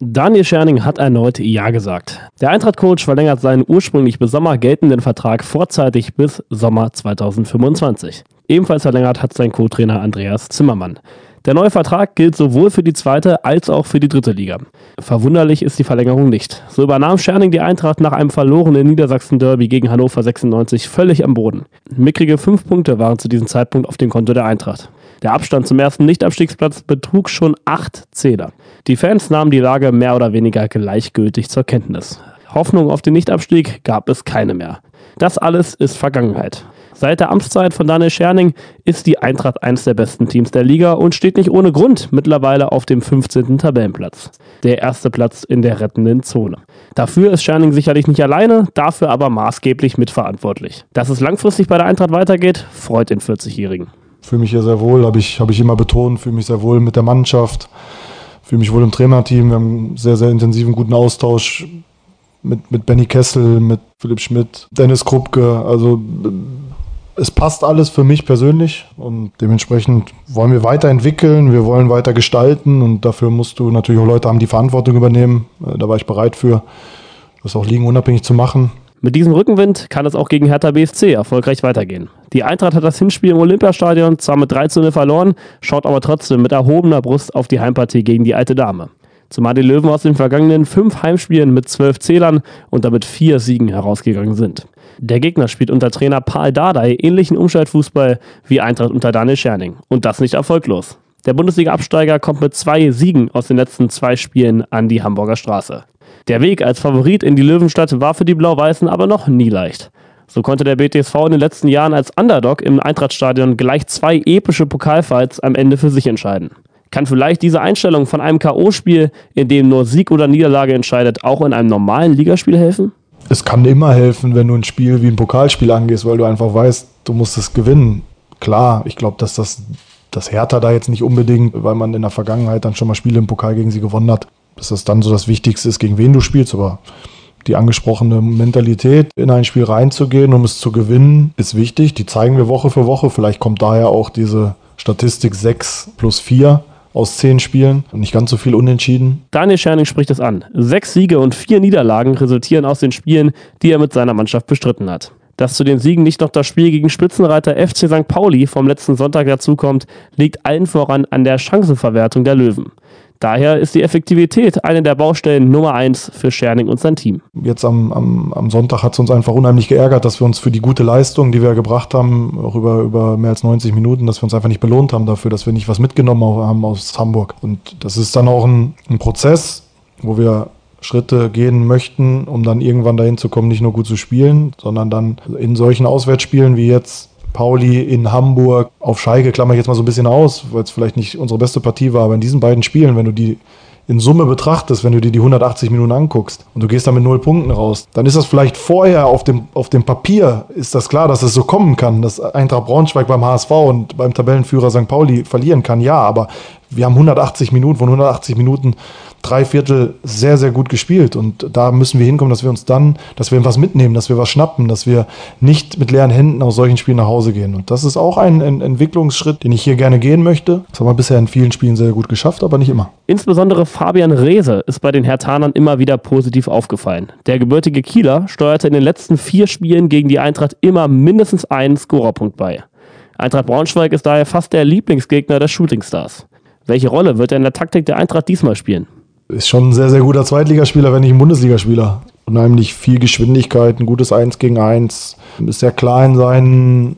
Daniel Scherning hat erneut Ja gesagt. Der Eintracht-Coach verlängert seinen ursprünglich bis Sommer geltenden Vertrag vorzeitig bis Sommer 2025. Ebenfalls verlängert hat sein Co-Trainer Andreas Zimmermann. Der neue Vertrag gilt sowohl für die zweite als auch für die dritte Liga. Verwunderlich ist die Verlängerung nicht. So übernahm Scherning die Eintracht nach einem verlorenen Niedersachsen-Derby gegen Hannover 96 völlig am Boden. Mickrige 5 Punkte waren zu diesem Zeitpunkt auf dem Konto der Eintracht. Der Abstand zum ersten Nicht-Abstiegsplatz betrug schon 8 Zähler. Die Fans nahmen die Lage mehr oder weniger gleichgültig zur Kenntnis. Hoffnung auf den Nichtabstieg gab es keine mehr. Das alles ist Vergangenheit. Seit der Amtszeit von Daniel Scherning ist die Eintracht eines der besten Teams der Liga und steht nicht ohne Grund mittlerweile auf dem 15. Tabellenplatz. Der erste Platz in der rettenden Zone. Dafür ist Scherning sicherlich nicht alleine, dafür aber maßgeblich mitverantwortlich. Dass es langfristig bei der Eintracht weitergeht, freut den 40-Jährigen. Fühle mich hier sehr wohl, habe ich immer betont, fühle mich sehr wohl mit der Mannschaft, fühle mich wohl im Trainerteam. Wir haben einen sehr, sehr intensiven, guten Austausch mit Benny Kessel, mit Philipp Schmidt, Dennis Krupke. Also es passt alles für mich persönlich und dementsprechend wollen wir weiterentwickeln, wir wollen weiter gestalten und dafür musst du natürlich auch Leute haben, die Verantwortung übernehmen. Da war ich bereit für, das auch ligenunabhängig zu machen. Mit diesem Rückenwind kann es auch gegen Hertha BSC erfolgreich weitergehen. Die Eintracht hat das Hinspiel im Olympiastadion zwar mit 3:0 verloren, schaut aber trotzdem mit erhobener Brust auf die Heimpartie gegen die alte Dame. Zumal die Löwen aus den vergangenen 5 Heimspielen mit 12 Zählern und damit 4 Siegen herausgegangen sind. Der Gegner spielt unter Trainer Paul Dardai ähnlichen Umschaltfußball wie Eintracht unter Daniel Scherning. Und das nicht erfolglos. Der Bundesliga-Absteiger kommt mit 2 Siegen aus den letzten 2 Spielen an die Hamburger Straße. Der Weg als Favorit in die Löwenstadt war für die Blau-Weißen aber noch nie leicht. So konnte der BTSV in den letzten Jahren als Underdog im Eintrachtstadion gleich 2 epische Pokalfights am Ende für sich entscheiden. Kann vielleicht diese Einstellung von einem K.O.-Spiel, in dem nur Sieg oder Niederlage entscheidet, auch in einem normalen Ligaspiel helfen? Es kann immer helfen, wenn du ein Spiel wie ein Pokalspiel angehst, weil du einfach weißt, du musst es gewinnen. Klar, ich glaube, dass das Hertha da jetzt nicht unbedingt, weil man in der Vergangenheit dann schon mal Spiele im Pokal gegen sie gewonnen hat, dass das dann so das Wichtigste ist, gegen wen du spielst. Aber die angesprochene Mentalität, in ein Spiel reinzugehen, um es zu gewinnen, ist wichtig. Die zeigen wir Woche für Woche. Vielleicht kommt daher auch diese Statistik 6+4 aus 10 Spielen und nicht ganz so viel unentschieden. Daniel Scherning spricht es an. 6 Siege und 4 Niederlagen resultieren aus den Spielen, die er mit seiner Mannschaft bestritten hat. Dass zu den Siegen nicht noch das Spiel gegen Spitzenreiter FC St. Pauli vom letzten Sonntag dazukommt, liegt allen voran an der Chancenverwertung der Löwen. Daher ist die Effektivität eine der Baustellen Nummer 1 für Scherning und sein Team. Jetzt am Sonntag hat es uns einfach unheimlich geärgert, dass wir uns für die gute Leistung, die wir gebracht haben, auch über mehr als 90 Minuten, dass wir uns einfach nicht belohnt haben dafür, dass wir nicht was mitgenommen haben aus Hamburg. Und das ist dann auch ein Prozess, wo wir Schritte gehen möchten, um dann irgendwann dahin zu kommen, nicht nur gut zu spielen, sondern dann in solchen Auswärtsspielen wie jetzt Pauli in Hamburg, auf Schalke klammer ich jetzt mal so ein bisschen aus, weil es vielleicht nicht unsere beste Partie war, aber in diesen beiden Spielen, wenn du die in Summe betrachtest, wenn du dir die 180 Minuten anguckst und du gehst da mit 0 Punkten raus, dann ist das vielleicht vorher auf dem Papier, ist das klar, dass es so kommen kann, dass Eintracht Braunschweig beim HSV und beim Tabellenführer St. Pauli verlieren kann, ja, aber wir haben 180 Minuten, von 180 Minuten 3/4 sehr, sehr gut gespielt und da müssen wir hinkommen, dass wir was mitnehmen, dass wir was schnappen, dass wir nicht mit leeren Händen aus solchen Spielen nach Hause gehen und das ist auch ein Entwicklungsschritt, den ich hier gerne gehen möchte. Das haben wir bisher in vielen Spielen sehr gut geschafft, aber nicht immer. Insbesondere Fabian Reese ist bei den Herthanern immer wieder positiv aufgefallen. Der gebürtige Kieler steuerte in den letzten 4 Spielen gegen die Eintracht immer mindestens einen Scorerpunkt bei. Eintracht Braunschweig ist daher fast der Lieblingsgegner des Shootingstars. Welche Rolle wird er in der Taktik der Eintracht diesmal spielen? Ist schon ein sehr, sehr guter Zweitligaspieler, wenn nicht ein Bundesligaspieler. Unheimlich viel Geschwindigkeit, ein gutes 1 gegen 1. Ist sehr klar in seinen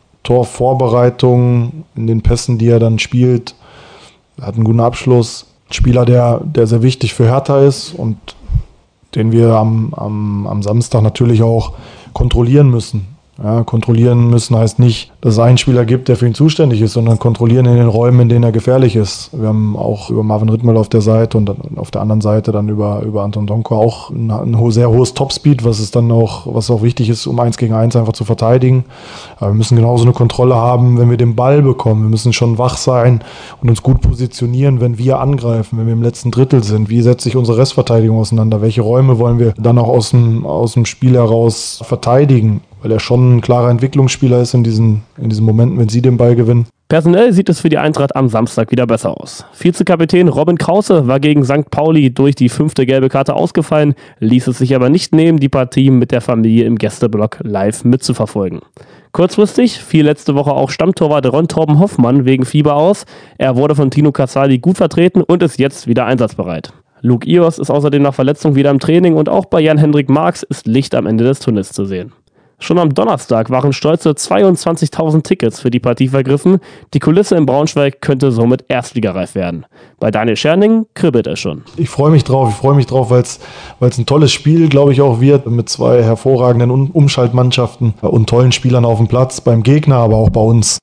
Torvorbereitungen, in den Pässen, die er dann spielt. Er hat einen guten Abschluss. Ein Spieler, der sehr wichtig für Hertha ist und den wir am Samstag natürlich auch kontrollieren müssen. Ja, kontrollieren müssen heißt nicht, dass es einen Spieler gibt, der für ihn zuständig ist, sondern kontrollieren in den Räumen, in denen er gefährlich ist. Wir haben auch über Marvin Rittmüller auf der Seite und auf der anderen Seite dann über Anton Donko auch ein sehr hohes Topspeed, was auch wichtig ist, um 1 gegen 1 einfach zu verteidigen. Aber wir müssen genauso eine Kontrolle haben, wenn wir den Ball bekommen. Wir müssen schon wach sein und uns gut positionieren, wenn wir angreifen, wenn wir im letzten Drittel sind. Wie setzt sich unsere Restverteidigung auseinander? Welche Räume wollen wir dann auch aus dem Spiel heraus verteidigen? Weil er schon ein klarer Entwicklungsspieler ist in diesen Momenten, wenn sie den Ball gewinnen. Personell sieht es für die Eintracht am Samstag wieder besser aus. Vizekapitän Robin Krause war gegen St. Pauli durch die 5. gelbe Karte ausgefallen, ließ es sich aber nicht nehmen, die Partie mit der Familie im Gästeblock live mitzuverfolgen. Kurzfristig fiel letzte Woche auch Stammtorwart Ron Torben Hoffmann wegen Fieber aus. Er wurde von Tino Casali gut vertreten und ist jetzt wieder einsatzbereit. Luke Ios ist außerdem nach Verletzung wieder im Training und auch bei Jan-Hendrik Marx ist Licht am Ende des Tunnels zu sehen. Schon am Donnerstag waren stolze 22.000 Tickets für die Partie vergriffen. Die Kulisse in Braunschweig könnte somit erstligareif werden. Bei Daniel Scherning kribbelt es schon. Ich freue mich drauf, weil es ein tolles Spiel, glaube ich, auch wird, mit 2 hervorragenden Umschaltmannschaften und tollen Spielern auf dem Platz, beim Gegner, aber auch bei uns.